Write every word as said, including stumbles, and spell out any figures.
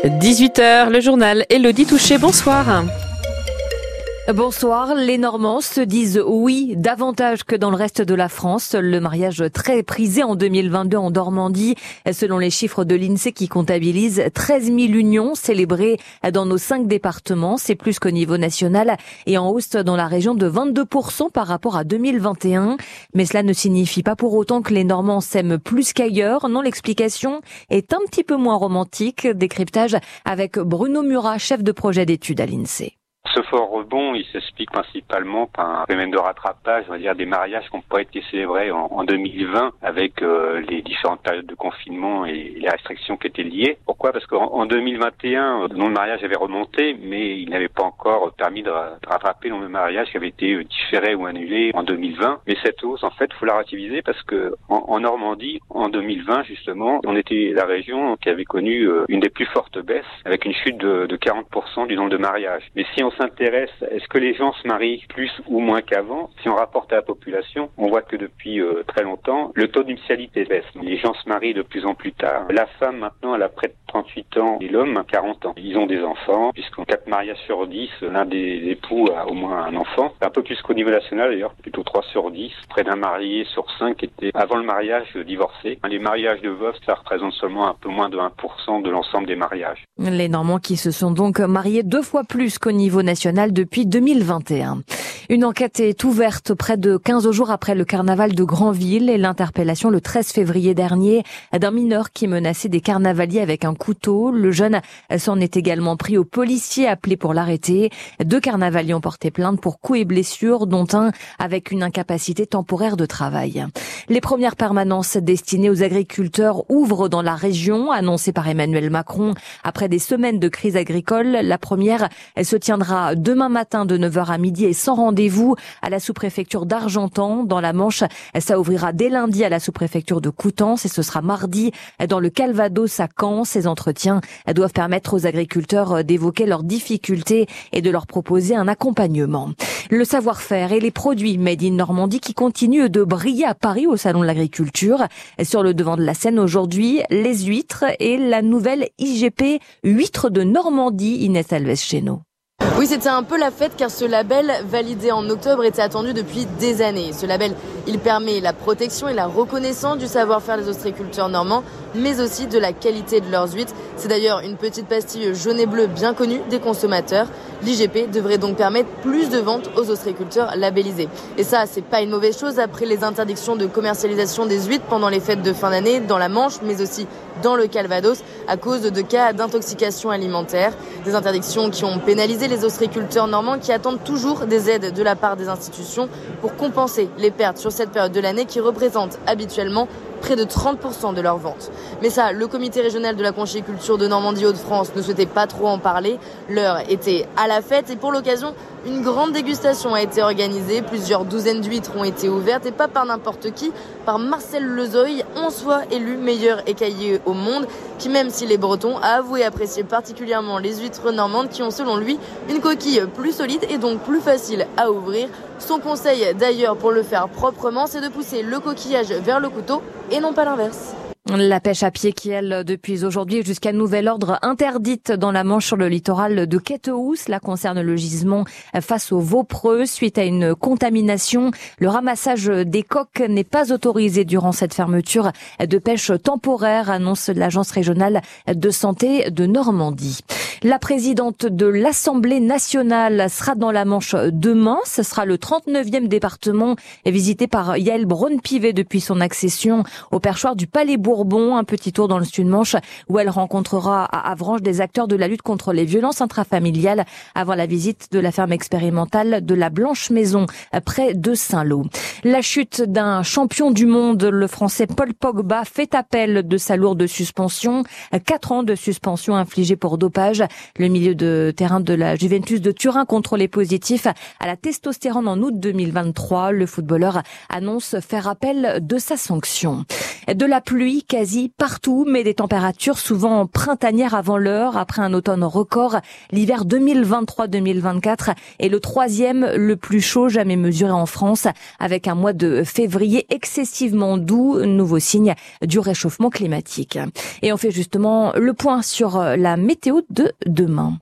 dix-huit heures, le journal Élodie Touché, bonsoir. Bonsoir, les Normands se disent oui davantage que dans le reste de la France. Le mariage très prisé en deux mille vingt-deux en Normandie, selon les chiffres de l'INSEE qui comptabilise treize mille unions célébrées dans nos cinq départements. C'est plus qu'au niveau national et en hausse dans la région de vingt-deux pour cent par rapport à deux mille vingt et un. Mais cela ne signifie pas pour autant que les Normands s'aiment plus qu'ailleurs. Non, l'explication est un petit peu moins romantique. Décryptage avec Bruno Murat, chef de projet d'études à l'INSEE. Ce fort rebond, il s'explique principalement par un phénomène de rattrapage, on va dire des mariages qui n'ont pas été célébrés en, en deux mille vingt avec euh, les différentes périodes de confinement et les restrictions qui étaient liées. Pourquoi ? Parce qu'en en deux mille vingt et un, le nombre de mariages avait remonté, mais il n'avait pas encore permis de, de rattraper le nombre de mariages qui avaient été différés ou annulés en deux mille vingt. Mais cette hausse, en fait, il faut la relativiser parce que en, en Normandie, en deux mille vingt, justement, on était la région qui avait connu euh, une des plus fortes baisses, avec une chute de, de quarante pour cent du nombre de mariages. Mais si on s'intéresse, est-ce que les gens se marient plus ou moins qu'avant? Si on rapporte à la population, on voit que depuis euh, très longtemps, le taux de nuptialité baisse. Les gens se marient de plus en plus tard. La femme, maintenant, elle a près de trente-huit ans et l'homme, quarante ans. Ils ont des enfants, puisqu'en quatre mariages sur dix, l'un des époux a au moins un enfant. C'est un peu plus qu'au niveau national, d'ailleurs, plutôt trois sur dix. Près d'un marié sur cinq était, avant le mariage, divorcé. Les mariages de veufs, ça représente seulement un peu moins de un pour cent de l'ensemble des mariages. Les Normands qui se sont donc mariés deux fois plus qu'au niveau national depuis deux mille vingt et un. Une enquête est ouverte près de quinze jours après le carnaval de Granville et l'interpellation le treize février dernier d'un mineur qui menaçait des carnavaliers avec un couteau. Le jeune s'en est également pris aux policiers appelés pour l'arrêter. Deux carnavaliers ont porté plainte pour coups et blessures, dont un avec une incapacité temporaire de travail. Les premières permanences destinées aux agriculteurs ouvrent dans la région, annoncées par Emmanuel Macron après des semaines de crise agricole. La première, elle se tiendra demain matin de neuf heures à midi et sans rendez-vous à la sous-préfecture d'Argentan dans la Manche. Ça ouvrira dès lundi à la sous-préfecture de Coutances et ce sera mardi dans le Calvados à Caen. Ces entretiens doivent permettre aux agriculteurs d'évoquer leurs difficultés et de leur proposer un accompagnement. Le savoir-faire et les produits made in Normandie qui continuent de briller à Paris au Salon de l'Agriculture. Sur le devant de la scène aujourd'hui, les huîtres et la nouvelle I G P Huîtres de Normandie, Inès Alves-Chénaud. Oui, c'était un peu la fête car ce label, validé en octobre, était attendu depuis des années. Ce label, il permet la protection et la reconnaissance du savoir-faire des ostréiculteurs normands, mais aussi de la qualité de leurs huîtres. C'est d'ailleurs une petite pastille jaune et bleue bien connue des consommateurs. L'I G P devrait donc permettre plus de ventes aux ostréiculteurs labellisés. Et ça, c'est pas une mauvaise chose après les interdictions de commercialisation des huîtres pendant les fêtes de fin d'année dans la Manche, mais aussi dans le Calvados, à cause de cas d'intoxication alimentaire. Des interdictions qui ont pénalisé les ostréiculteurs normands qui attendent toujours des aides de la part des institutions pour compenser les pertes sur cette période de l'année qui représente habituellement près de trente pour cent de leurs ventes. Mais ça, le comité régional de la conchyliculture de Normandie-Hauts-de-France ne souhaitait pas trop en parler. L'heure était à la fête et pour l'occasion, une grande dégustation a été organisée. Plusieurs douzaines d'huîtres ont été ouvertes et pas par n'importe qui, par Marcel Lezoï, onze fois élu meilleur écaillé au monde, qui même si les Bretons a avoué apprécier particulièrement les huîtres normandes qui ont selon lui une coquille plus solide et donc plus facile à ouvrir. Son conseil d'ailleurs pour le faire proprement, c'est de pousser le coquillage vers le couteau et non pas l'inverse. La pêche à pied qui, elle, depuis aujourd'hui jusqu'à nouvel ordre, interdite dans la Manche sur le littoral de Quetehous. Cela concerne le gisement face au Vaupreux. Suite à une contamination, le ramassage des coques n'est pas autorisé durant cette fermeture de pêche temporaire, annonce l'Agence régionale de santé de Normandie. La présidente de l'Assemblée nationale sera dans la Manche demain. Ce sera le trente-neuvième département visité par Yaël Braun-Pivet depuis son accession au perchoir du Palais Bourbon. Un petit tour dans le Sud-Manche où elle rencontrera à Avranches des acteurs de la lutte contre les violences intrafamiliales avant la visite de la ferme expérimentale de la Blanche Maison près de Saint-Lô. La chute d'un champion du monde, le Français Paul Pogba, fait appel de sa lourde suspension. Quatre ans de suspension infligée pour dopage Le milieu de terrain de la Juventus de Turin contrôlé positif à la testostérone en août deux mille vingt-trois. Le footballeur annonce faire appel de sa sanction. De la pluie quasi partout, mais des températures souvent printanières avant l'heure. Après un automne record, l'hiver deux mille vingt-trois deux mille vingt-quatre est le troisième le plus chaud jamais mesuré en France, avec un mois de février excessivement doux, nouveau signe du réchauffement climatique. Et on fait justement le point sur la météo de demain.